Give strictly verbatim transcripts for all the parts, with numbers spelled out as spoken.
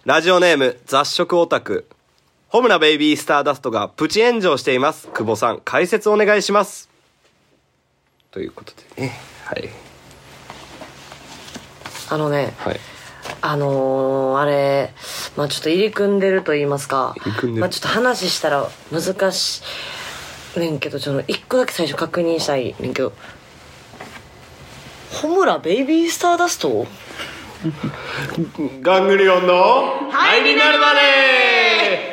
ラジオネーム雑食オタク。ホムラベイビースターダストがプチ炎上しています。久保さん解説お願いします。ということでね、はい。 あのね、 はい。 あのー、あれ、まあちょっと入り組んでると言いますか、 入り組んでる。 まあちょっと話したら難しいねんけど、ちょっと一個だけ最初確認したいねんけど、ホムラベイビースターダストガングリオンのハイになるまで。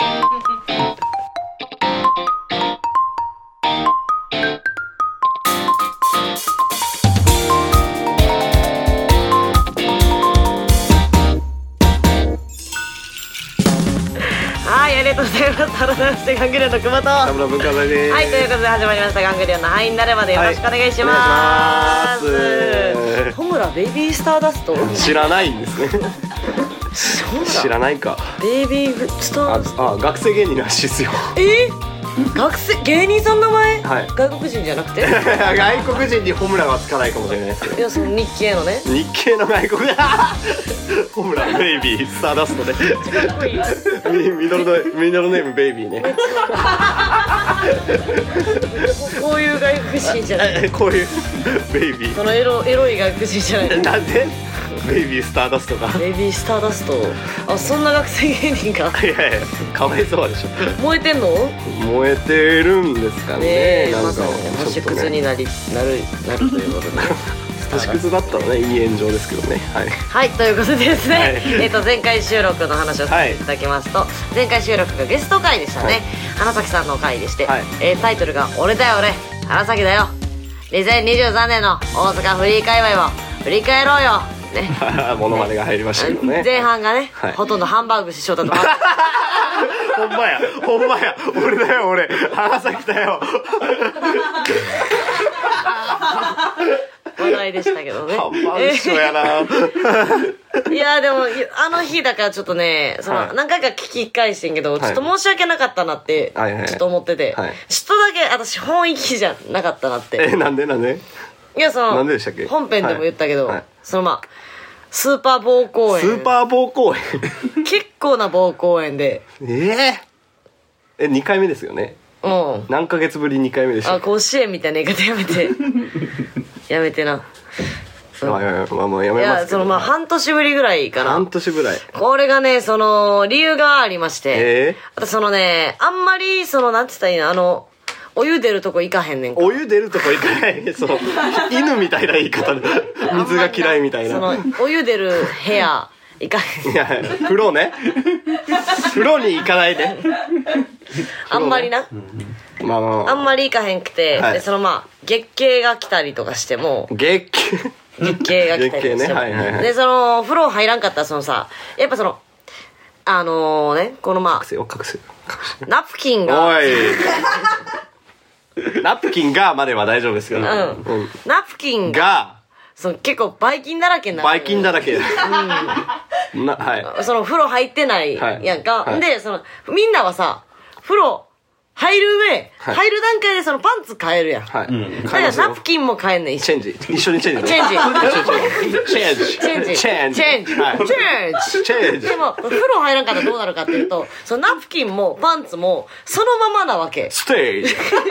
はい、ありがとうございます。改めましてガングリオンの久保と、 田村文化財です。 はい、ということで始まりましたガングリオンのハイになるまで、よろしくお願いします、 はい、お願いします。 ホムラベイビースターダスト知らないんですね。知らないか。 ベイビースターダスト、 ああ、学生芸人らしいですよ。 えー、学生芸人さんの名前、 はい、 外国人じゃなくて外国人にホムラはつかないかもしれないですけど、 いや、その日系のね、 日系の外国ホムラベイビースターダストでかっこいいミドルのミドルネームベイビーね。 こういう外国人じゃないこういうベイビー、 そのエロエロい外国人じゃないなんでベイビースターダストがベイビースターダスト、あ、そんな学生芸人がいやいや、かわいそうでしょ。 燃えてんの？ 燃えてるんですかね。 ねえ、 なんかまさに星屑になりなるなるということで星屑だったらね、いい炎上ですけどね。はい、 はい、ということでですね、 はい、 えっと前回収録の話をさせていただきますと、はい、前回収録がゲスト回でしたね、はい、花咲さんの回でして、はい、えー、タイトルが俺だよ俺花咲だよ、にせんにじゅうさんねんの大阪フリー界隈を振り返ろうよね。 モノマネが入りましたけどね。 前半がね、はい、ほとんどハンバーグ師匠だとほんまやほんまや、俺だよ俺花咲だよ話題でしたけどね。 ハンバーグ師匠やな、えー、いやでもあの日だからちょっとね、その、はい、何回か聞き返してんけど、はい、ちょっと申し訳なかったなってちょっと思ってて、はいはい、ちょっとだけ私本意気じゃなかったなって。 え、なんでなんで？ いや、そのなんででしたっけ？ 本編でも言ったけど、 はいはい、 そのまあスーパー棒公演、 スーパー棒公演結構な棒公演で、 えー、えにかいめですよね。 うん、 何ヶ月ぶりにかいめでした。 あ、甲子園みたいな言い方やめてやめてな。 まあ、まあまあやめますけど、 いや、そのまあ半年ぶりぐらいかな。 半年ぐらい。 これがね、その理由がありまして、 えー、 あとそのね、あんまりそのなんて言ったらいいの、あのお湯出るとこ行かへんねんか。 お湯出るとこ行かないその犬みたいな言い方で水が嫌いみたいな。 そのお湯出る部屋行かへん。 いや、風呂ね風呂に行かないであんまりな、 うん、まあまあ、まあ、 あんまり行かへんくて、はい、でそのまあ月経が来たりとかしても、 月経月経が来たりとかしても、 ね、はいはいはい、でその風呂入らんかったらそのさ、やっぱそのあのー、ね、このまあ隠せよ隠せよナプキンがおいナプキンがまでは大丈夫ですよ、 うんうん、ナプキンがその結構ばい菌だらけになる。 ばい菌だらけ、うん、な、 はい、その風呂入ってないやんか、はい、でそのみんなはさ風呂入る上、はい、入る段階でそのパンツ変えるやん、はい、うん、だからナプキンも変えんねん。 チェンジ、一緒にチェンジチェンジチェンジチェンジチェンジチェンジチェンジチェンジ。 でも風呂入らんかったらどうなるかっていうと、そのナプキンもパンツもそのままなわけ。 ステイ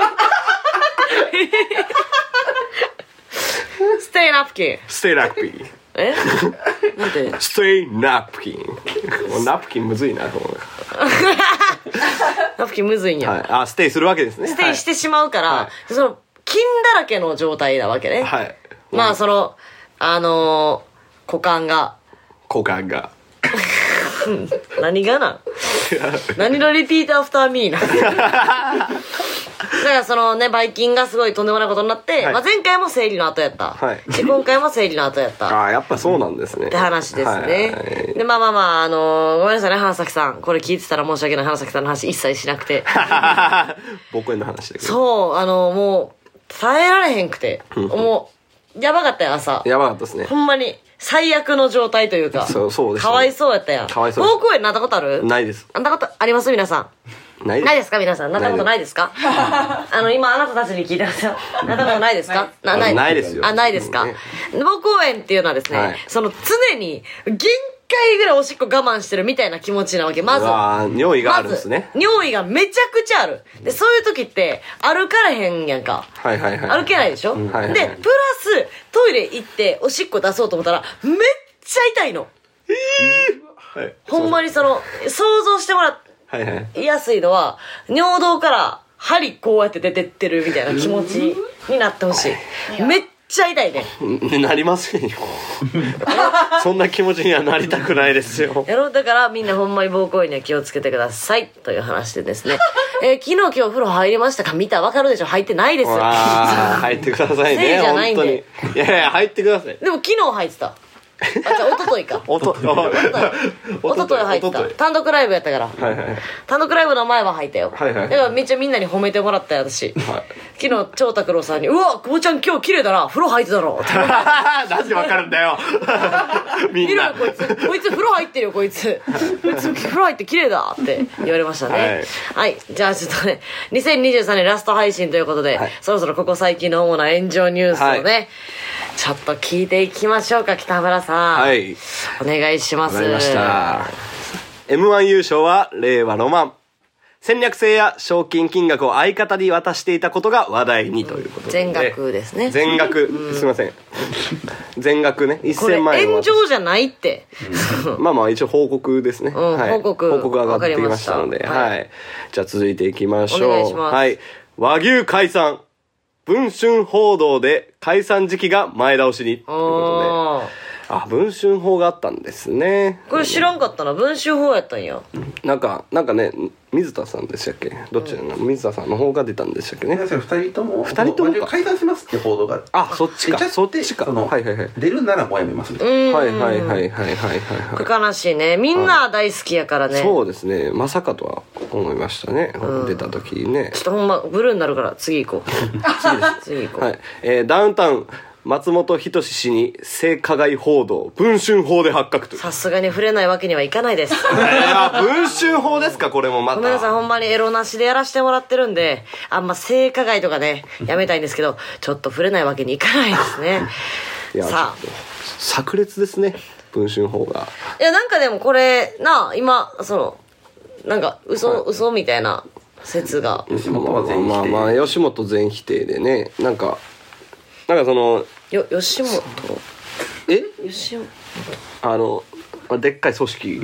ステイナプキンステイナプキンえなんてステイナプキンナプキンむずいなと思うナプキンむずいんや、 はい、あ、ステイするわけですね。 ステイしてしまうから、はい、その菌だらけの状態なわけね。 はい。 まあそのあのー、股間が股間が何がな何のリピートアフターミーなだからそのね、ばい菌がすごいとんでもないことになって、はい、まあ、前回も生理の後やった、はい、で今回も生理の後やったああ、やっぱそうなんですねって話ですね、はい、でまあまあまあ、あのー、ごめんなさいね花咲さん、これ聞いてたら申し訳ない、花咲さんの話一切しなくて僕への話だけど、 そう、あのー、もう耐えられへんくてもうやばかったよ朝。 やばかったですね、 ほんまに最悪の状態というか、 そうそうです、ね、 かわいそうやったやん。 かわいそう。 膀胱炎なったことある？ ないです。 なったことあります皆さん？ないです。 ないですか皆さん？なったことないですか？あの今あなたたちに聞いてますよ。なったことないですか？ なないないですよ。 あ、ないですか？膀胱炎っていうのはですね、はい、その常に限回ぐらいおしっこ我慢してるみたいな気持ちなわけ。まずあ尿意があるんですね、 まず尿意がめちゃくちゃある。でそういう時って歩かれへんやんか。 はいはいはい、 歩けないでしょ、 うんはいはい、 でプラストイレ行っておしっこ出そうと思ったらめっちゃ痛いの。 えーはい、 ほんまにその想像してもらいやすいのは、尿道から針こうやって出てってるみたいな気持ちになってほしい。めっちゃ痛いね。 なりませんよそんな気持ちにはなりたくないですよ。 やろだからみんなほんまに膀胱炎には気をつけてくださいという話でですねえー、昨日今日お風呂入りましたか。見たわかるでしょ。入ってないです。 あ入ってくださいね。 せいじゃないんで。 本当にいやいや入ってください。 でも昨日入ってた。あ、じゃあ、おとといか。 おと、 おととい入ってた。単独ライブやったから。 はいはい。 単独ライブの前は入ったよ。 はいはい。 だからめっちゃみんなに褒めてもらったよ、私。 はい。 昨日、張拓郎さんに、うわ、久保ちゃん今日綺麗だな、風呂入ってたろ。 なんでわかるんだよ。みんな。 見ろよ、こいつ。こいつ風呂入ってるよ、こいつ。こいつ風呂入って綺麗だって言われましたね。はい。はい。じゃあちょっとね、にせんにじゅうさんねんラスト配信ということで、はい、そろそろここ最近の主な炎上ニュースをね、はい、ちょっと聞いていきましょうか。北村さん、はい、お願いします。 わかりました。 エムワン 優勝は令和ロマン。戦略性や賞金金額を相方に渡していたことが話題にということで、 全額ですね。 全額、すいません全額ねせんまん円。 炎上じゃないって、 うん、まあまあ一応報告ですね、 うん、はい、報告報告が上がってきましたので、はい、はい、じゃあ続いていきましょう。 お願いします。 はい、和牛解散、文春報道で解散時期が前倒しにということで、あ、文春法があったんですね。 これ知らんかったな。文春法やったんや。 なんかなんかね、水田さんでしたっけ、どっちなの、うん、水田さんの方が出たんでしたっけね。 ふたりともふたりとも解散しますって報道があ、そっちか、そっちか。はいはいはい。 出るならもうやめますね。 はいはいはいはいはいはいはい。 悲しいね。みんな大好きやからね、はい、 そうですね。まさかとは思いましたね、うん、出た時にね。 ちょっとほんまブルーになるから次行こう次です次行こう。はい、 えー、ダウンタウン松本人志氏に性加害報道、文春法で発覚という。 さすがに触れないわけにはいかないです。 えー、文春法ですか。これもまたごめんなさい、ほんまにエロなしでやらせてもらってるんで、あんま性加害とかねやめたいんですけど、ちょっと触れないわけにいかないですね。 いや、さあ炸裂ですね、文春法が。 いや、なんかでもこれな、今そのなんか嘘、はい、嘘みたいな説が、 吉本は全否定。 まあまあ吉本全否定でね、なんかなんかそのよ吉本え吉本あのでっかい組織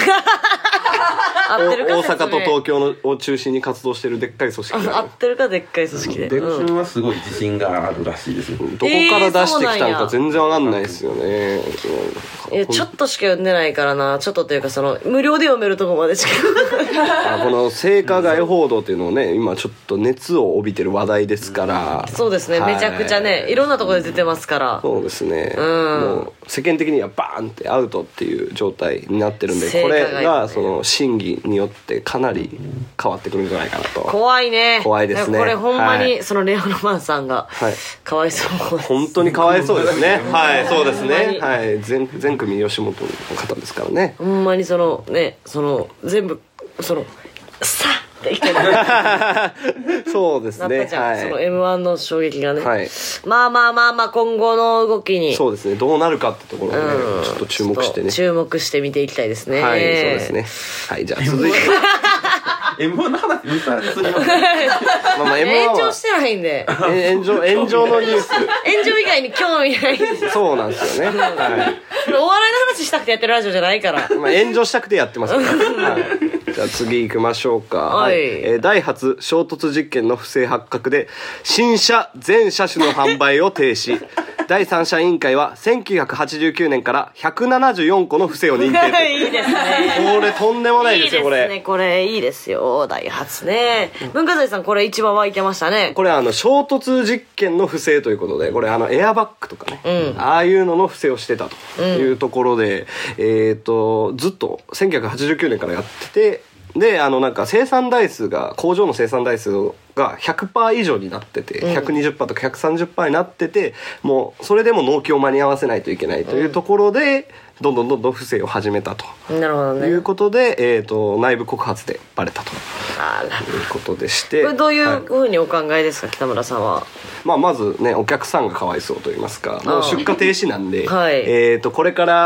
合ってるか大阪と東京のを中心に活動してるでっかい組織合ってるか、でっかい組織で。 文春はすごい自信があるらしいですよ。 どこから出してきたのか全然わかんないですよね。 えー、ちょっとしか読んでないからな。ちょっとというかその無料で読めるとこまでしかあ、この性加害報道っていうのをね、今ちょっと熱を帯びてる話題ですから、 そうですね、はい、めちゃくちゃね、いろんなところで出てますから。 そうですね、 うん、 もう世間的にはバーンってアウトっていう状態になってるんで、これがその審議によってかなり変わってくるんじゃないかなと。 怖いね。 怖いですね。 これほんまにそのレオノマンさんがかわいそう、 はい、本当にかわいそうですね。はい、そうですね。はい、全全組吉本の方ですからね。 ほんまにそのね、その全部そのさって言ってそうですね。 はい、その エムワン の衝撃がね、 はい、 まあまあまあまあ今後の動きに、 そうですね、どうなるかってところをね、うん、ちょっと注目してね、 注目して見ていきたいですね。 はい、そうですね。はい、じゃあ続いてエムワン の話むさすぎます。 まあまあ エムワン は炎上してないんで、 炎上炎上のニュース、 炎上以外に興味ないんです。 そうなんですよね。はい、 お笑いの話したくてやってるラジオじゃないから。 まあ炎上したくてやってますから。はい、じゃあ次行きましょうか。はい、えー、ダイハツ衝突実験の不正発覚で新車全車種の販売を停止。第三者委員会はせんきゅうひゃくはちじゅうきゅうねんからひゃくななじゅうよんこの不正を認定。 いいですね。 これとんでもないですよ。これいいですね、これいいですよ、ダイハツね。文化財さん、これ一番湧いてましたね。 これあの衝突実験の不正ということで、これあのエアバッグとかね、うん、ああいうのの不正をしてたというところで、うん、えっとずっとせんきゅうひゃくはちじゅうきゅうねんからやってて、であのなんか生産台数が工場の生産台数が ひゃくパーセント 以上になってて、うん、ひゃくにじゅっパーセントとか ひゃくさんじゅっパーセント になってて、もうそれでも納期を間に合わせないといけないというところで、うん、どんどんどんどん不正を始めたと、 なるほどね、 いうことで、えー、と内部告発でバレたということでして、 これどういうふうにお考えですか、はい、北村さんは。 まあ、まずね、お客さんがかわいそうと言いますか、もう出荷停止なんで、 はい、 えー、とこれから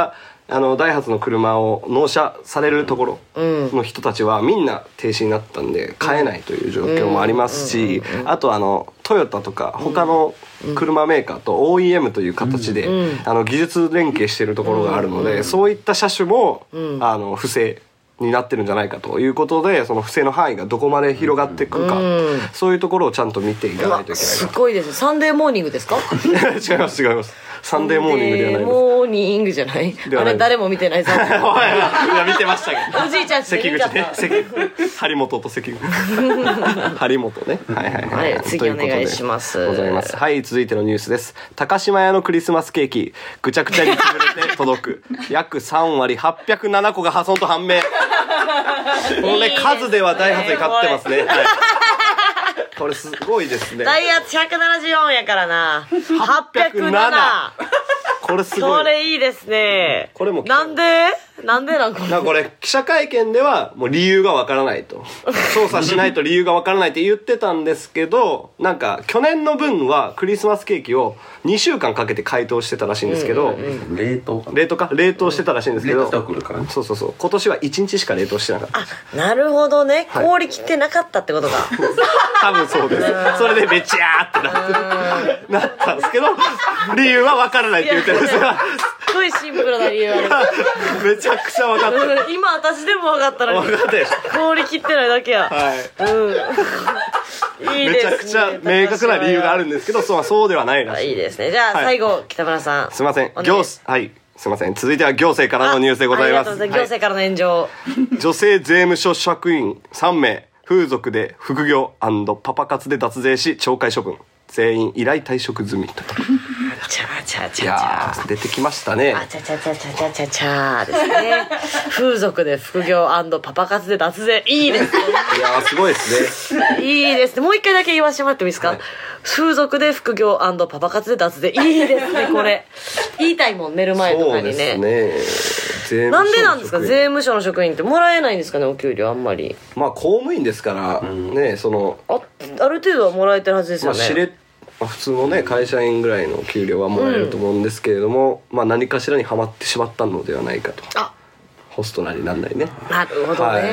あのダイハツの車を納車されるところの人たちはみんな停止になったんで買えないという状況もありますし、あとあのトヨタとか他の車メーカーと オーイーエム という形であの技術連携しているところがあるので、そういった車種もあの不正になってるんじゃないかということで、その不正の範囲がどこまで広がっていくか、そういうところをちゃんと見ていかないといけない。 すごいです。サンデーモーニングですか？ 違います違います。サンデーモーニングではないです。 モーニングじゃない？あれ誰も見てないぞ。いや見てましたけど。 おじいちゃん関口ね。張本と関口。張本ね。はいはいはい。 はい、次お願いします。 ございます。はい、続いてのニュースです。高島屋のクリスマスケーキぐちゃぐちゃに潰れて届く。約さんわりはっぴゃくななこが破損と判明。これ数ではダイハツに勝ってますね。はい、これすごいですね。 ダイハツひゃくななじゅうよんやからな。はっぴゃくなな。 これすごい。 これいいですね。 これもなんでなんでなんこれ。 なんかこれ記者会見ではもう理由がわからないと、捜査しないと理由がわからないって言ってたんですけど、なんか去年の分はクリスマスケーキをにしゅうかんかけて解凍してたらしいんですけど、うんうんうん、 冷凍か冷凍か冷凍してたらしいんですけど、 冷凍してくるからね。 そうそうそう、今年はいちにちしか冷凍してなかった。 あ、なるほどね、はい、氷切ってなかったってことか。 多分そうです。それでめちゃーってなってなったんですけど、理由はわからないって言ってるんですが、 すごいシンプルな理由ある。 めちゃくちゃ分かった。 今私でも分かったのに。 分かったよ。 氷切ってないだけや。 はい。 うん。いいですね。 めちゃくちゃ明確な理由があるんですけど、そうそうではないらしい。 いいですね。じゃあ最後、はい、北村さん。 すみません。行はいすみません。続いては行政からのニュースでございます。 ありがとうございます。行政からの炎上。 はい、女性税務署職員さんめい風俗で副業&パパ活で脱税し懲戒処分。全員依頼退職済みと。 ちゃちゃちゃちゃ。 いや出てきましたね。 あちゃちゃちゃちゃちゃちゃちゃですね。風俗で副業&パパ活で脱税、いいですね。 いやすごいですね。 いいですね。もう一回だけ言わせてもらってもいいですか？はい、風俗で副業&パパ活で脱税、いいですね。これ言いたいもん、寝る前とかにね。そうですね。なんでなんですか？税務署の職員ってもらえないんですかね、お給料あんまり。 まあ公務員ですから、うん、ね、その あ, ある程度はもらえてるはずですよね。 まあ、しれまあ、普通のね会社員ぐらいの給料はもらえると思うんですけれども、うん、まあ何かしらにはまってしまったのではないかと。あ、ホストなりなんなりね。 なるほどね。 はい、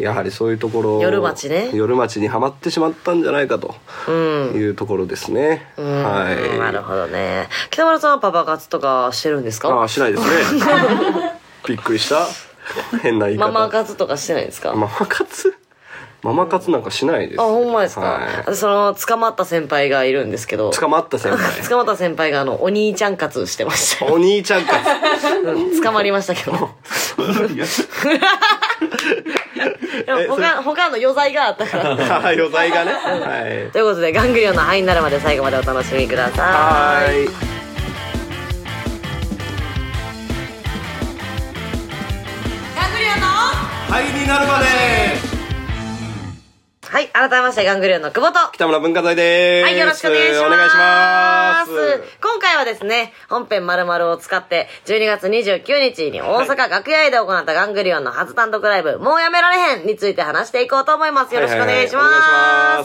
やはりそういうところ、 夜町ね、 夜町にはまってしまったんじゃないかというところですね。うん、はい。 なるほどね。北村さんはパパ活とかしてるんですか？ ああ、しないですね。びっくりした。変な言い方。 ママ活とかしてないですか？ ママ活？ママ活なんかしないです。 あ、ほんまですか？はい、その捕まった先輩がいるんですけど、 捕まった先輩捕まった先輩があのお兄ちゃん活してました。 お兄ちゃん活、 うん、捕まりましたけど。でも他他の余罪があったから。 余罪がね、はい、 ということでガングリオンの範囲になるまで最後までお楽しみください。 はい。 ガングリオンの範囲になるまで。 はい、改めましてガングリオンの久保と北村文化財です。 はい、よろしくお願いします。 お願いします。 今回はですね、本編〇〇を使ってじゅうにがつにじゅうくにちに大阪楽屋で行ったガングリオンの初単独ライブ、もうやめられへんについて話していこうと思います。よろしくお願いします。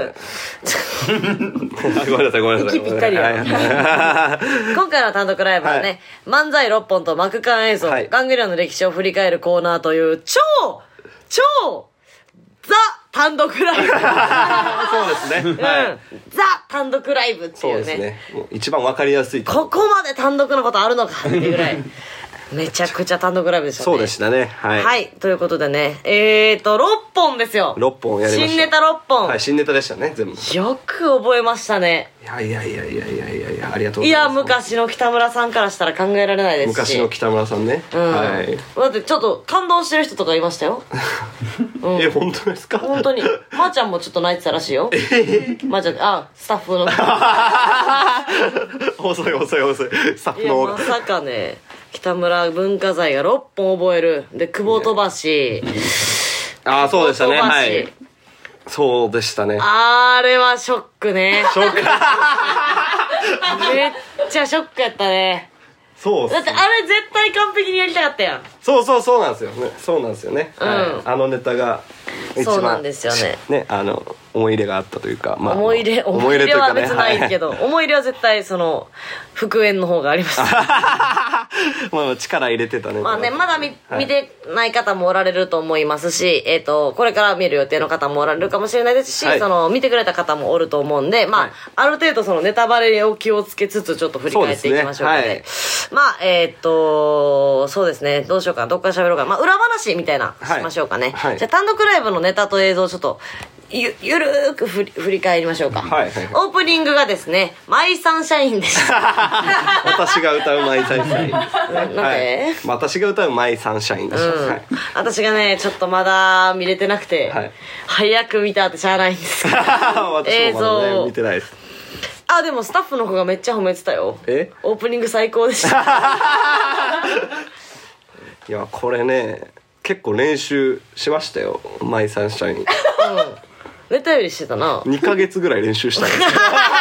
ごめんなさいごめんなさい。 息ぴったりや。今回の単独ライブはね、はい、漫才ろっぽんと幕間映像、はい、ガングリオンの歴史を振り返るコーナーという超超ザ単独ライブ。 そうですね。うん。 はい、ザ単独ライブっていうね。そうですね。 もう一番わかりやすい。 ここまで単独のことあるのかっていうぐらい。めちゃくちゃ単独ライブでしたね。 そうでしたね。はい。 はい。ということでね、えーと、ろっぽんですよ。 ろっぽんやりました。 新ネタろっぽん。 はい、新ネタでしたね、全部。 よく覚えましたね。 いやいやいやいやいやいやいや、ありがとうございます。 いや、昔の北村さんからしたら考えられないですし。 昔の北村さんね。 うん。 はい。 だってちょっと感動してる人とかいましたよ。 うん、え、本当ですか？ 本当に。まーちゃんもちょっと泣いてたらしいよ。えー、まーちゃん、あ、スタッフの。 遅い遅い遅い。スタッフの。 いや、まさかね。北村文化財がろっぽん覚える。で、久保飛ばし。 ああ、そうでしたね。はい。そうでしたね。 あれはショックね。 ショック。 めっちゃショックやったね。 そうっすね。 だってあれ絶対完璧にやりたかったやん。 そうそうそうなんですよね。そうなんですよね。 うんはい、あのネタが一番そうなんですよね。 ね、あの思い入れがあったというか、まあ、 思い入れ思い入れは別にないけど、 はい思い入れは絶対その復縁の方があります。 まあ力入れてたね。 まあね、まだ見,、 はい見てない方もおられると思いますし、えっ、とこれから見る予定の方もおられるかもしれないですし、 はいその見てくれた方もおると思うんで、まあ、 はいある程度そのネタバレを気をつけつつちょっと振り返っていきましょうかね。まあえっ、とそうですね、どうしようか、どっから喋ろうか、まあ裏話みたいなはいしましょうかね。 はいじゃあ単独ライブのネタと映像をちょっとゆゆるーく振り振り返りましょうか。 はいはいはいオープニングがですね、マイサンシャインでした。 私が歌うマイサンシャインですね。 なんではい、私が歌うマイサンシャインでした。 うんはい、 私がねちょっとまだ見れてなくて、 はい早く見たってしゃあないんですけど私映もまだね像見てないです。 あでもスタッフの子がめっちゃ褒めてたよ。 えオープニング最高でしたいやこれね結構練習しましたよ、マイサンシャイン。 ネタよりしてたな。 にかげつぐらい練習したんですけど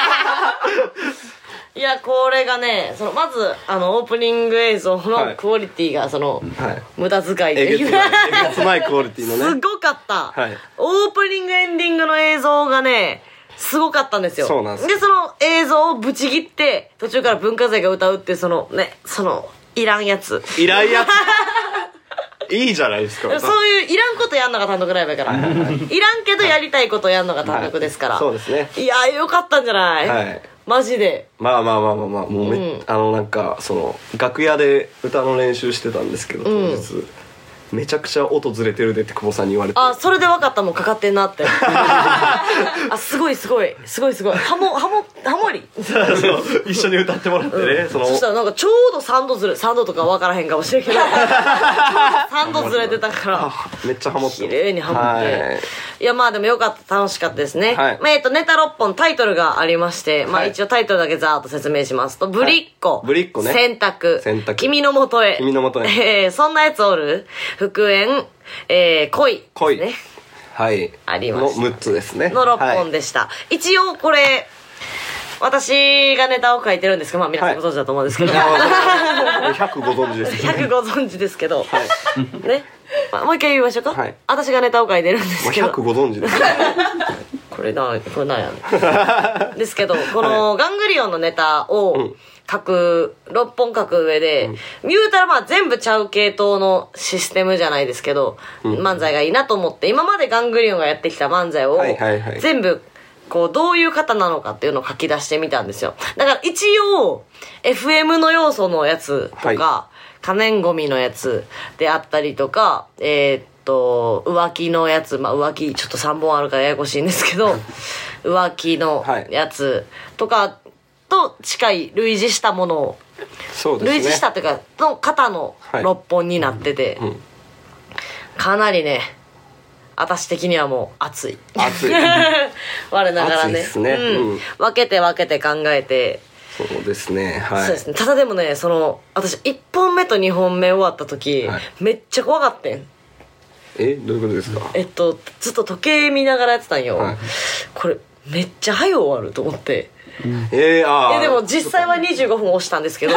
いやこれがねそのまずあのオープニング映像はいのクオリティがその、 はい無駄遣いでえげつないえげつないクオリティのね。 すごかった、 はいオープニングエンディングの映像がねすごかったんですよ。 そうなんですでその映像をブチ切って途中から文化財が歌うっていうそのねそのいらんやついらんやついいじゃないですか。 そういういらんことやんのが単独ライブやからいらんけどやりたいことやんのが単独ですから、 はいそうですね。 いやよかったんじゃない、 はいマジで。 まあまあまあまあまあもうめ、 うんあのなんかその楽屋で歌の練習してたんですけど当日、めちゃくちゃ音ずれてるでって久保さんに言われて。 あそれで分かったもんかかってんなってあすごいすごいすごいすごいハモハモハモリそう一緒に歌ってもらってね、そのそしたらなんかちょうどさんどずれさんどとか分からへんかもしれんけどさんどずれてたからあめっちゃハモって綺麗にハモって、 はいいやまあでもよかった楽しかったですね、 はいまあ、えっとネタろっぽんタイトルがありまして、まあはい一応タイトルだけざーっと説明しますと、ぶりっ子、 ぶりっ子ね洗濯洗濯君のもとへ君のもとへえーそんなやつおる復縁、えー、恋です恋ねはいありましたのむっつですねのろっぽんはいでした、一応これ私がネタを書いてるんですけど、まあ皆さんご存知だと思うんですけど、 ひゃくご存知ですひゃくご存知ですけど、ね、まあ、もう一回言いましょうか、 はい私がネタを書いてるんですけどひゃくご存知ですこれなこれなんやねんですけどこのガングリオンのネタを書く、ろっぽん書く上で、言うたらまあ全部ちゃう系統のシステムじゃないですけど、漫才がいいなと思って今までガングリオンがやってきた漫才をはいはいはい全部こうどういう方なのかっていうのを書き出してみたんですよ。だから一応 エフエム の要素のやつとか、 は可燃ゴミのやつであったりとか、えーっと浮気のやつ、まあ浮気ちょっとさんぼんあるからややこしいんですけど浮気のやつとかと近い類似したものを、 そうですね類似したというかの方のはいろっぽんになってて、 んかなりね私的にはもう熱い熱い我ながらね熱いっすねうんうん分けて分けて考えて、 そうですねはいそうですね。ただでもねその私いっぽんめとにほんめ終わった時、 はいめっちゃ怖かってん。 えどういうことですか。 えっとずっと時計見ながらやってたんよ、 はいこれめっちゃ早終わると思って、 えー、あーえでも実際はにじゅうごふん押したんですけど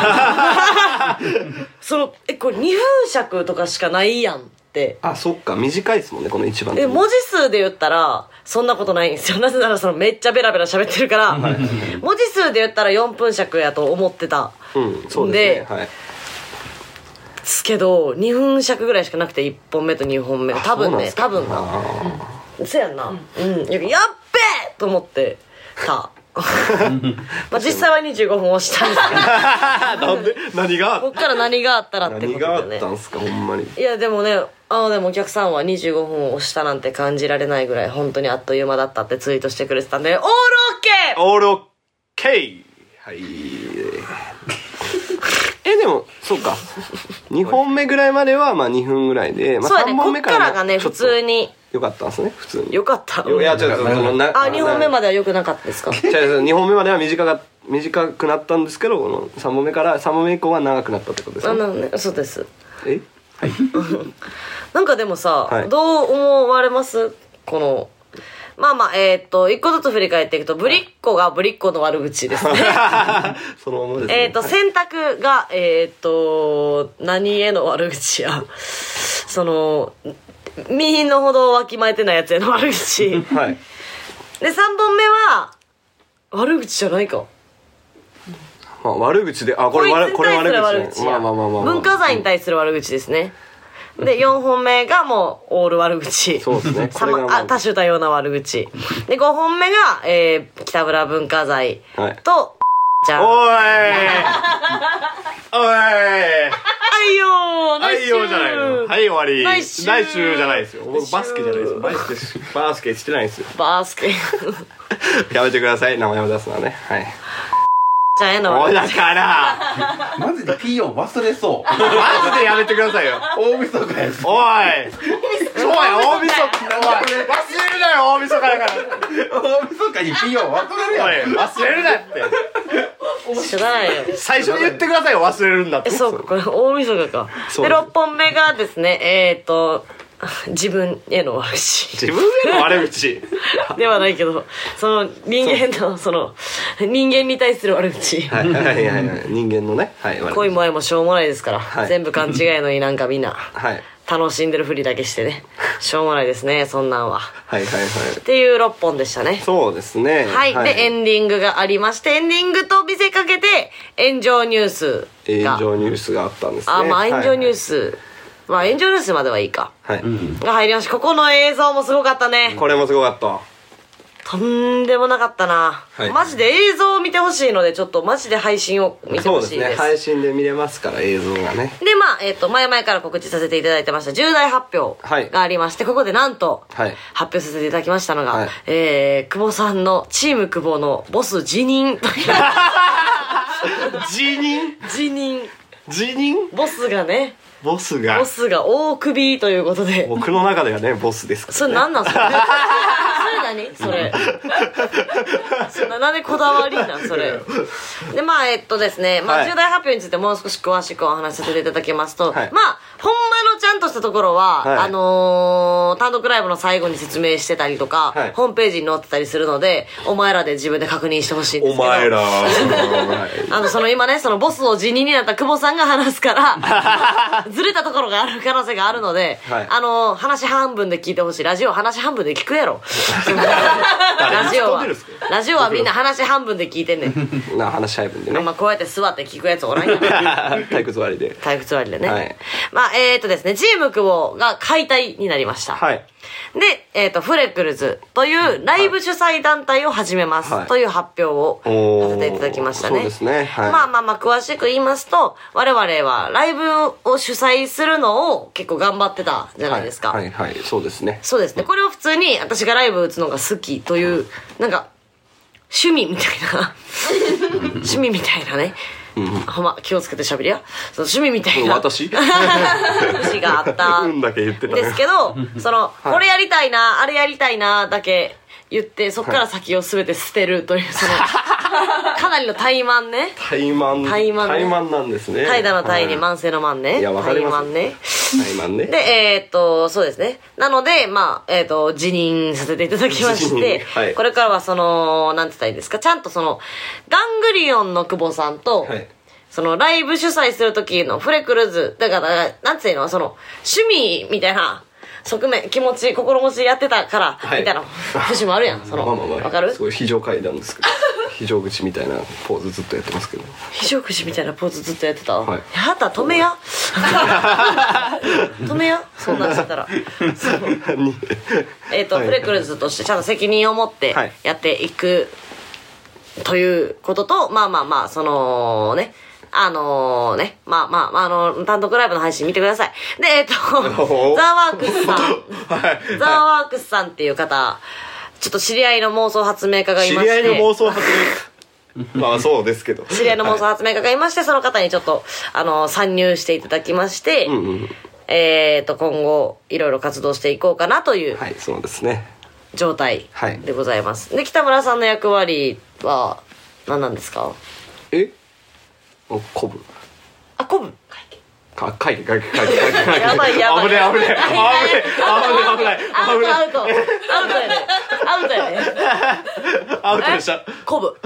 そのえこれにふん尺とかしかないやんってあそっか短いですもんねこの一番え文字数で言ったらそんなことないんですよ。なぜならそのめっちゃベラベラ喋ってるから文字数で言ったらよんぷん尺やと思ってたうんそうですねはいですけどにふん尺ぐらいしかなくていっぽんめとにほんめ多分ね多分なそうやんなうんやっべえと思ってたまあ実際はにじゅうごふん押したんですけどなんで何がこっから何があったらってこと何があでねったんすかほんまに。 いやでもねあのでもお客さんはにじゅうごふん押したなんて感じられないぐらい本当にあっという間だったってツイートしてくれてたんでオールオッケーオールオッケーはいえでもそうかにほんめぐらいまではまあにふんぐらいで、まあ、3 そうやねこっ本目かかららがね普ちょっと通によかったんですね普通によかったいやちょっとそのなあにほんめまではよくなかったですかじゃあにほんめまでは短か短くなったんですけどこのさんぼんめからさんぼんめ以降は長くなったってことですねあなのねそうですえなんかでもさ、 はいどう思われますこのまあまあ、えーっと、一個ずつ振り返っていくと、ぶりっ子がぶりっ子の悪口ですね。 そのままですね。 えーっと、洗濯が、えーっと、何への悪口や。その、身の程をわきまえてないやつへの悪口。 はい。 で、さんぼんめは、悪口じゃないか。 まあ、悪口で、あ、これ悪、これ悪口、ね。まあまあまあまあ、まあ。 文化財に対する悪口ですね。で、よんほんめがもう、オール悪口。 そうですね。 さま、あ、多種多様な悪口。で、ごほんめが、えー、北村文化財と、はい、じゃあ。 おいおいはいよーはいよーじゃないの。はい、終わり。 来週来週じゃないですよ。僕バスケじゃないですよ。バスケ、バスケしてないですよ。 バスケ。 やめてください。名前を出すのはね。はい。 じゃあ、えの。 おい、だから。 マジで ピー を忘れそう。 マジでやめてくださいよ。 大晦日やし。 おい。そうや、大晦日。おい、忘れるなよ、大晦日だから。 大晦日に ピー を忘れるやん。 おい、忘れるなって。 知らないよ。 最初に言ってくださいよ、忘れるんだって。 え、そうか、これ大晦日か。で、ろっぽんめがですね、えーっと、自分への悪口。 自分への悪口ではないけど、その人間の、その、人間に対する悪口。 はいはいはいはい。人間のね、はい。 恋も愛もしょうもないですから、 はい、 全部勘違いのになんかみんな、 はい。 楽しんでるふりだけしてね。しょうもないですね、そんなんは。 はいはいはい。 っていうろっぽんでしたね。 そうですね。 はい。はい、で、エンディングがありまして、エンディングと見せかけて、炎上ニュースが。 炎上ニュースがあったんですね。 あ、まあ炎上ニュース。はいはい、まあ炎上ニュースまではいいか。 はい。 が入りました。ここの映像もすごかったね。 これもすごかった。 とんでもなかったな、はい、マジで映像を見てほしいので、ちょっとマジで配信を見てほしいです。そうですね、 配信で見れますから、映像がね。 で、まあ、えっ、ー、と、前々から告知させていただいてました重大発表がありまして、はい、ここでなんと、発表させていただきましたのが、はい、えー、久保さんの、チーム久保のボス辞任という。 辞任辞任。 辞任ボスがね、 ボスがボスが大首ということで、 僕の中ではねボスですから、ね、 それ何なんそれそれ何それそんななんでこだわりなんそれで、まあえっとですね、まあ、重大発表についてもう少し詳しくお話しさせていただきますと、はい、まあほんまのちゃんとしたところは、はい、あのー、単独ライブの最後に説明してたりとか、はい、ホームページに載ってたりするので、お前らで自分で確認してほしいんですけど、 お前らあのその今ね、そのボスの辞任になった久保さんが話すからずれたところがある可能性があるので、はい、あの話半分で聞いてほしい。ラジオ話半分で聞くやろラジオはラジオはみんな話半分で聞いてんねんな話半分でね、 まあ、こうやって座って聞くやつおらんやん体育座りで体育座りでね、はい、まあえっ、ー、とですね、チーム久保が解体になりました。はい。で、えっ、ー、とフレクルズというライブ主催団体を始めます、はい、という発表をさせていただきましたね。 そうですね、はい、 まあまあまあ詳しく言いますと、我々はライブを主催するのを結構頑張ってたじゃないですか。 はいはい、はい、そうですね。 そうですね。これを普通に私がライブ打つのが好きというなんか趣味みたいな趣味みたいなね、うん、ほんま気をつけて喋りや、その趣味みたいな私私があったんだけ言ってた、ね、 ですけど、その、はい、これやりたいなあれやりたいなだけ言ってそっから先を全て捨てるという、そのかなりの怠慢ね。 怠慢怠慢、ね、 怠慢なんですね。 怠惰の怠に慢性の慢ね。 いや、わかります。 怠慢ね。 怠慢ね。 で、えー、っと、そうですね。なので、まあ、えー、っと、辞任させていただきまして、はい、これからはその、なんて言ったらいいですか、ちゃんとその、ガングリオンの久保さんと、はい、その、ライブ主催する時のフレクルズ、だから、なんていうの、その、趣味みたいな、側面、気持ち、心持ちやってたから、はい、みたいな節もあるやん。その、わ、まあまあまあ、かる？ すごい非常階段ですけど。非常口みたいなポーズずっとやってますけど。 非常口みたいなポーズずっとやってた、 はい、 やだ、止めや止めや、そんなんしてたらそうえっと、はい、フレクルズとしてちゃんと責任を持ってやっていくということと、まあまあまあ、そのね、あのー、ね、まあまあ、あの、単独ライブの配信見てください。で、えっと、ザワークスさん、はい、ザワークスさんっていう方、ちょっと知り合いの妄想発明家がいまして、 知り合いの妄想発明家まあそうですけど、 知り合いの妄想発明家がいまして、その方にちょっと、あの、参入していただきまして、うんうん、えっと、今後、いろいろ活動していこうかなという、 はい、そうですね。 状態でございます。で、北村さんの役割は、何なんですか？ え？鼓舞。 あ、鼓舞。 か書いて書いて書いて書いて書いてやばいやばい危ない危ない危ない危ない危ないアウトアウトアウトやねアウトやねアウトでしたコブ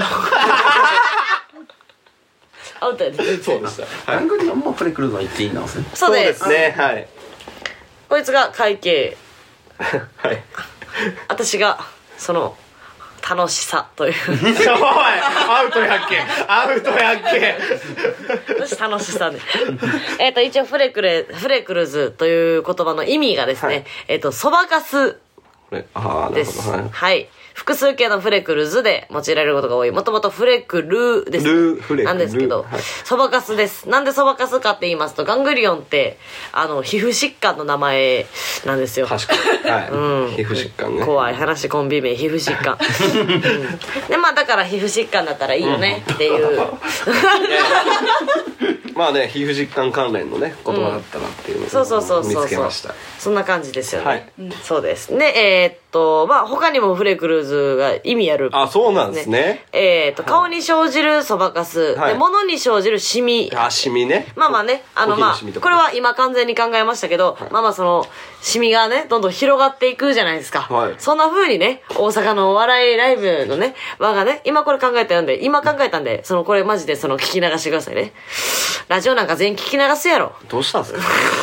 アウトやねそうでしたガングリオンもフレクルーズの一員なんですね。 そうですそうですねはいこいつが会計はい私がその楽しさというおいアウトやっけアウトやっけ私楽しさねえっと一応フレクレフレクルズという言葉の意味がですね、 はいえっとそばかすこれああなるですほどはいはい複数形のフレクルズで用いられることが多い。もともとフレクルです、 ルーフレクルなんですけど、 はいそばかすです。なんでそばかすかって言いますと、ガングリオンってあの皮膚疾患の名前なんですよ。 確かにはい、 うん皮膚疾患ね怖い話コンビ名皮膚疾患、うん、でまあだから皮膚疾患だったらいいよねっていう、 まあね皮膚疾患関連のね言葉だったらっていうのをそうそうそうそうそう見つけましたそんな感じですよね、 はいそうですねえー、っとまあ他にもフレクルーズが意味あるあそうなんですねえー、っと顔に生じるそばかす、 はいで物に生じるシミあシミねまあまあね、あのまあ、 コーヒーのシミとかこれは今完全に考えましたけど、まあまあその、シミがね、どんどん広がっていくじゃないですか。 はいそんな風にね、大阪のお笑いライブのね、輪がね、今これ考えたんで、今考えたんで、そのこれマジでその聞き流してくださいね。ラジオなんか全員聞き流すやろ。 どうしたんですか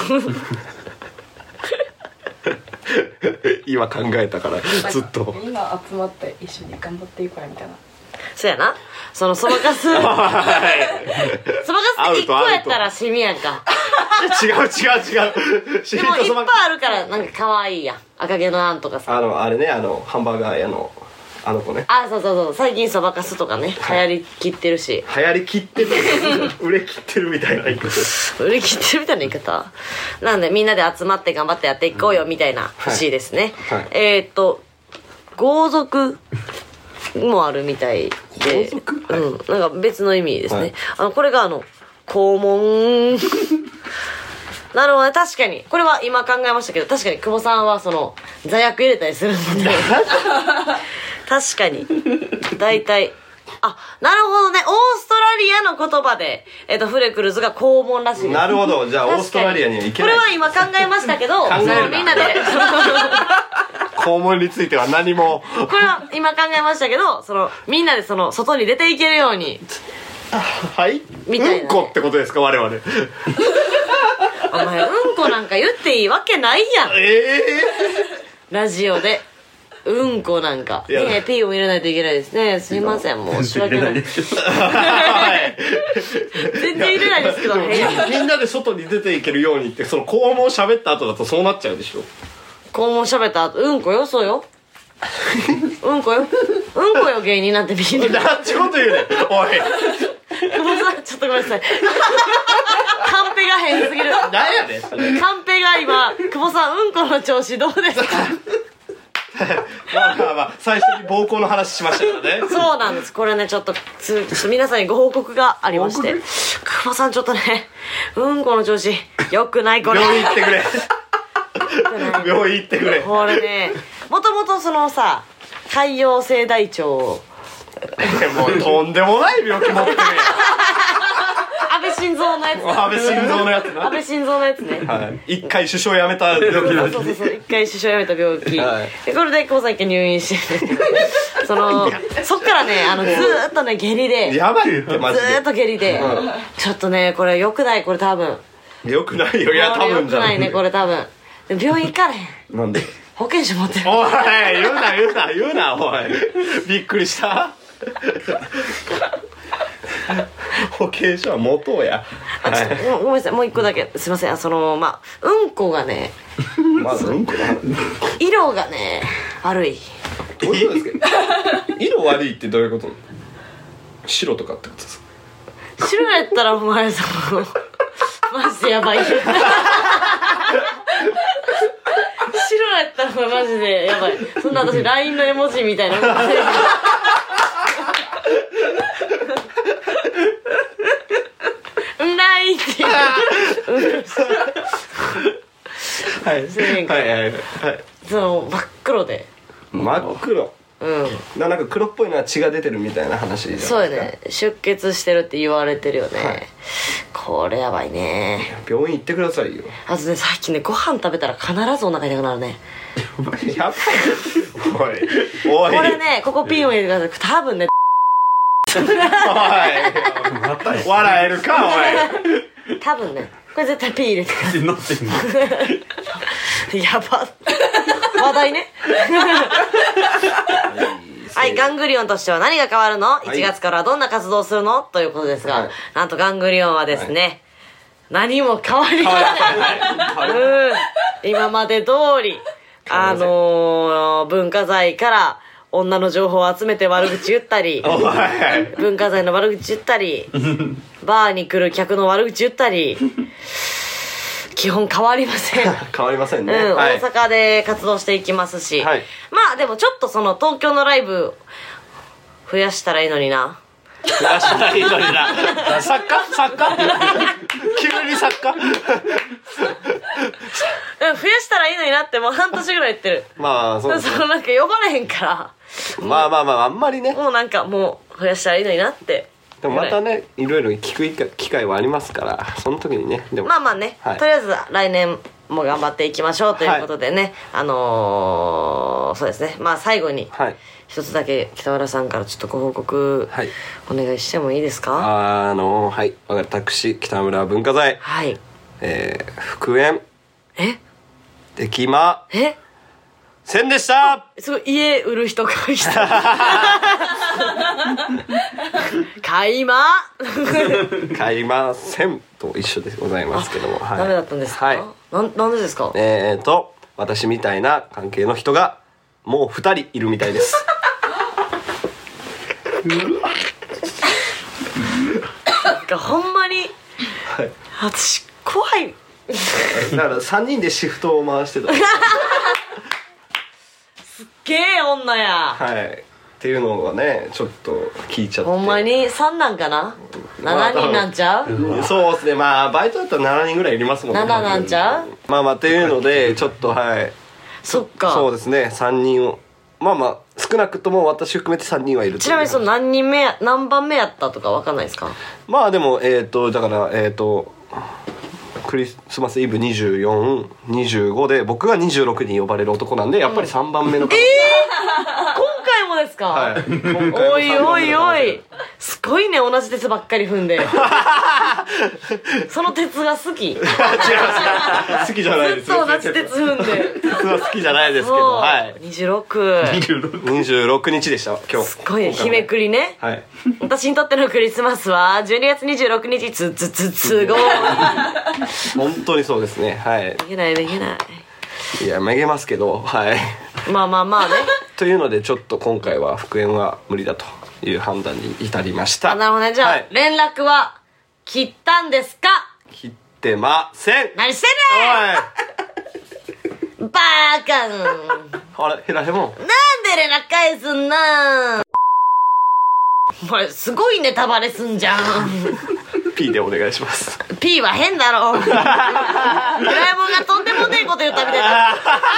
今考えたからずっとみんな集まって一緒に頑張っていこうやみたいな。 そうやな。そのそばかす、そばかすっていっこやったらシミやんか。 違う違う違うシミでもいっぱいとそばあるからなんか可愛いやん。赤毛のあんとかさ。 あのあれねあのハンバーガー屋のあの子ねあ、そうそうそう。最近そばかすとかね、流行りきってるし。 流行りきってる売れきってるみたいな言い方売り切ってるみたいな言い方なんでみんなで集まって頑張ってやっていこうよみたいな節ですね、 はいはいえー、っと豪族もあるみたいで豪族うん、なんか別の意味ですね、 はいあのこれがあの肛門なるほどね確かにこれは今考えましたけど確かに久保さんはその座薬入れたりするので確かに大体あ、なるほどね。オーストラリアの言葉で、えっと、フレクルズが肛門らしいです。 なるほどじゃあオーストラリアには行けないこれは今考えましたけど、 えるなそのみんなで、 肛門については何もこれは今考えましたけど、その、みんなでその、外に出ていけるように、 はいみたいなねうんこってことですか我々 お前、うんこなんか言っていいわけないやん。 ええラジオで。うんこなんか。 いやねえ、ピーを入れないといけないですね。すいません、申し訳ない。 はい全然入れないですけど、部屋。 みんなで外に出ていけるようにってその肛門喋った後だとそうなっちゃうでしょ肛門喋った後、うんこよ、そうよ。うんこよ。うんこよ、芸人なんてみんな。 なんちゅうこと言うねんおい久保さん、ちょっとごめんなさい。カンペが変すぎる。 何やねんそれカンペが今、久保さん、うんこの調子どうですか？ まあまあまあ最初に膀胱の話しましたからねそうなんです。これね、ちょっと、つちょっと皆さんにご報告がありまして。久保さん、ちょっとね、うんこの調子、よくない、これ。 病院行ってくれ病院行ってくれこれね、もともとそのさ、潰瘍性大腸を、 もうとんでもない病気持ってる安倍晋三のやつ。 やん安倍晋三のやつな安倍晋三のやつね。 はい一回首相辞めた病気なんそうそうそう、一回首相辞めた病気、 はいでこれで久保さん一回入院してそのそっからねあのずーっとね下痢でずやばいってマジーっと下痢で、 うんちょっとねこれよくないこれ多分でよくないよいやこれよ多分じゃくないねこれ多分でも病院行かれへんなんで保険証持ってるおい言うな言うな言うなおいびっくりした保険証は持とうやあちょっとごごめんなさいもう一個だけすいませんそのまあうんこがねまずうんこな色がね悪いどういうことですか色悪いってどういうこと白とかってことですか白やったらお前そのマジでやばい白やったらお前マジでやばいそんな私 ライン の絵文字みたいなうんないっていうはいせんえんからはいはいはいその真っ黒で真っ黒うんな、なんか黒っぽいのは血が出てるみたいな話じゃないですか。 そうよね、出血してるって言われてるよね、 はい、 これやばいね。 病院行ってくださいよ。 あとね、最近ねご飯食べたら必ずお腹痛くなるね。 やばいおいおいこれね、ここピンを入れてください。多分ねおい笑えるかおい多分ね、これ絶対ピン入れてください。 乗ってんのやば話題ねはい、ガングリオンとしては何が変わるの、はい、いちがつからどんな活動をするのということですが、はい、なんとガングリオンはですね、はい、何も変わりません、うん、今まで通りあのー、文化財から女の情報を集めて悪口言ったり文化財の悪口言ったりバーに来る客の悪口言ったり基本変わりません変わりませんね、 うん、 はい、 大阪で活動していきますし、はい、まあでもちょっとその東京のライブ増やしたらいいのにな。 増やしたらいいのにな作家作家急に作家増やしたらいいのになってもう半年ぐらい言ってるまあそうですね、 そのなんか呼ばれへんからまあまあまああんまりね、 もうなんかもう増やしたらいいのになって。 でもまたね、いろいろ聞く機会はありますから、その時にね。でもまあまあね、はい、とりあえず来年も頑張っていきましょうということでね、はい、あのー、そうですね、まあ最後に一つだけ北村さんからちょっとご報告お願いしてもいいですか。はい、 あのー、はい、私北村文化財、はい、えー、復縁えできまえせんでした。 すごい家売る人がいた買いま買いませんと一緒でございますけども、 はい、ダメだったんですか。はい、な, なんでですか。 えーと私みたいな関係の人がもうふたりいるみたいですなんかほんまに、はい、私怖いだからさんにんでシフトを回してたすっげえ女や。 はいっていうのがねちょっと聞いちゃってほんまにさんなんかな、ななにんなんちゃう、 うん、そうですね、まあバイトだったらしちにんぐらいいりますもんね。 なななんちゃう、 まあまあっていうのでちょっとはいそっかそうですねさんにんをまあまあ少なくとも私含めてさんにんはいる。 ちなみにその何人目何番目やったとか分かんないですか。 まあでもえっ、ー、とだからえっ、ー、とクリスマスイブにじゅうよん、にじゅうごで僕がにじゅうろくに呼ばれる男なんでやっぱりさんばんめの可能性、 うん、えー、今回もですか。 はい、今回もおいおいおいすごいね、同じ鉄ばっかり踏んでその鉄が好き違う好きじゃないですずっと同じ鉄踏んで鉄は好きじゃないですけど、はい、 にじゅうろくにじゅうろくにちでした今日。 すごいね、日めくりね、はい、私にとってのクリスマスはじゅうにがつにじゅうろくにちつつつつご本当にそうですね。はい。 めげないめげない。 いやめげますけど、はい。 まあまあまあね。 というのでちょっと今回は復縁は無理だという判断に至りました。 あ、なるほどね。じゃあ、はい、連絡は切ったんですか。 切ってません。 何してんねん。バーカン。 あれヘラヘモン。なんで連絡返すんな。お前すごいネタバレすんじゃん。 P でお願いします。 P は変だろ。ドラえもんがとんでもねえこと言ったみたいな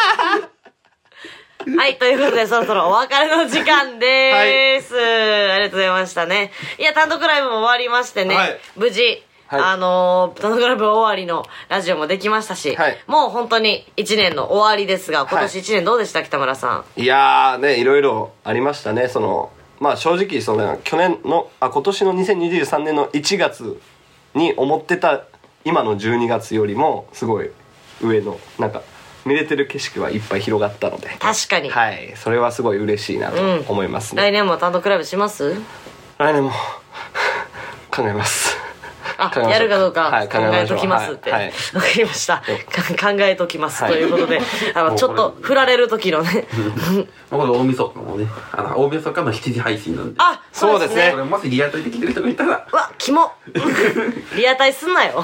はい、ということでそろそろお別れの時間でーす、はい、ありがとうございましたね。いや単独ライブも終わりましてね、はい、無事、はい、あのー、単独ライブ終わりのラジオもできましたし、はい、もう本当にいちねんの終わりですが、今年いちねんどうでした、はい、北村さん。 いやーね、いろいろありましたね。そのまあ正直その去年のあ今年のにせんにじゅうさんねんのいちがつに思ってた今のじゅうにがつよりもすごい上のなんか見れてる景色はいっぱい広がったので、 確かに、はい、 それはすごい嬉しいなと思いますね、 うん、来年も単独ライブします？ 来年も考えます。 あ、やるかどうか、はい、考えときますって、はいはい、わかりました、考えときます、はい、ということであのちょっと振られる時のねこれ大晦日もね、あの大晦日のしちじ配信なんで、 あ、そうですね、 これもしリアタイできてる人がいたら、 うわ、キモリアタイすんなよ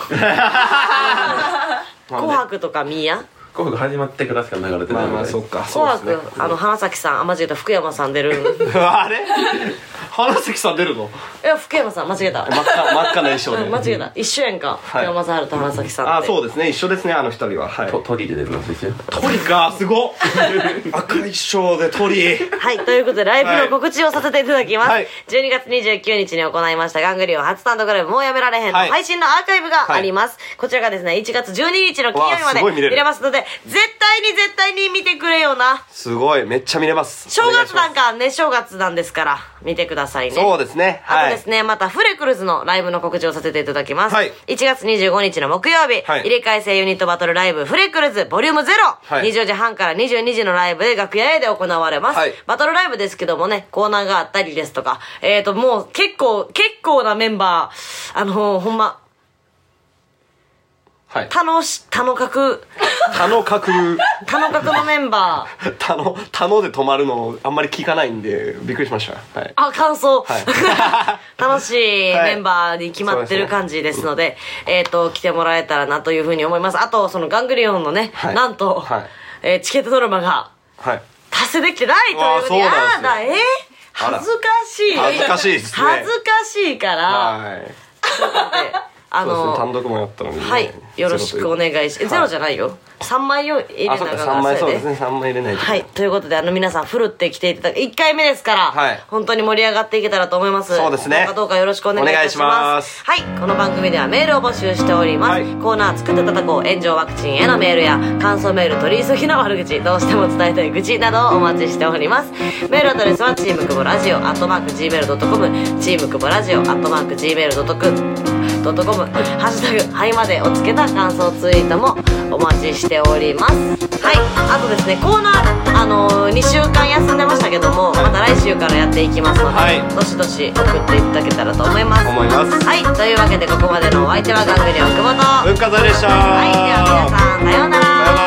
紅白とか見や紅白始まってからしか流れてないので、まあまあそっか、 紅白、ね、あの花咲さん、あ、間違えた、福山さん出るあれ花咲さん出るの？ や福山さん間違えた。 真っ赤真っ赤な衣装で間違えた。一緒やんか、福山雅治と花咲さんって。 あ、そうですね、一緒ですね、あの二人は。はい。 と鳥で出るんですよ。 鳥か、すごっ赤い衣装で鳥。 はい、ということでライブの告知をさせていただきます、 はい、 じゅうにがつにじゅうくにちに行いましたガングリオン初単独ライブもうやめられへんのはい配信のアーカイブがあります、はい、こちらがですねいちがつじゅうににちの金曜日まで見れますので絶対に絶対に見てくれよな。 すごい、めっちゃ見れます。 正月なんかね、正月なんですから見てくださいね。 そうですね、 はい、あとですね、またフレクルズのライブの告知をさせていただきます、はい、いちがつにじゅうごにちの木曜日、はい、入れ替え制ユニットバトルライブフレクルズボリュームゼロ、はい、にじゅうじはんからにじゅうにじのライブで楽屋 A で行われます、はい、バトルライブですけどもね、コーナーがあったりですとか、えーともう結構結構なメンバー、あのー、ほんまはい、 他のし他の角他の角他の角のメンバー他の他ので止まるのあんまり聞かないんでびっくりしました、はい、 あ、感想、 はい、 楽しいメンバーに決まってる感じですので、はい、えっ、ー、と来てもらえたらなというふうに思います。あとそのガングリオンのね、はい、なんと、はい、えー、チケットノルマが達成できてないというふうに、あーだ、えー、恥ずかしい恥ずかしいですね、 恥ずかしいから、はい、ということであのー、 そうですね、単独もやったのに、ね、 はい、よろしくお願いし、ゼロじゃないよ、さんまいを入れながら、 さんまい、そうですね、さんまい入れないと。 はい、ということであの皆さんふるって来ていただくいっかいめですから、はい、本当に盛り上がっていけたらと思います。 そうですね、 どうかどうかよろしくお願いいたします。はい、この番組ではメールを募集しております、はい、コーナー作って叩こう炎上ワクチンへのメールや感想メール、取り急ぎの悪口、どうしても伝えたい愚痴などをお待ちしております。メールアドレスはチームクボラジオアットマーク ジーメールドットコム チームクボラジオアットマーク ジーメールドットコムドットコム、ハッシュタグはいまでをつけた感想ツイートもお待ちしております。はい、あとですね、コーナー、あのー、にしゅうかん休んでましたけども、また来週からやっていきますので、はい、どしどし送っていただけたらと思います思います。 はい、というわけでここまでのお相手はガングリオン久保と文化財でした。 はい、では皆さんさようなら。 さようなら。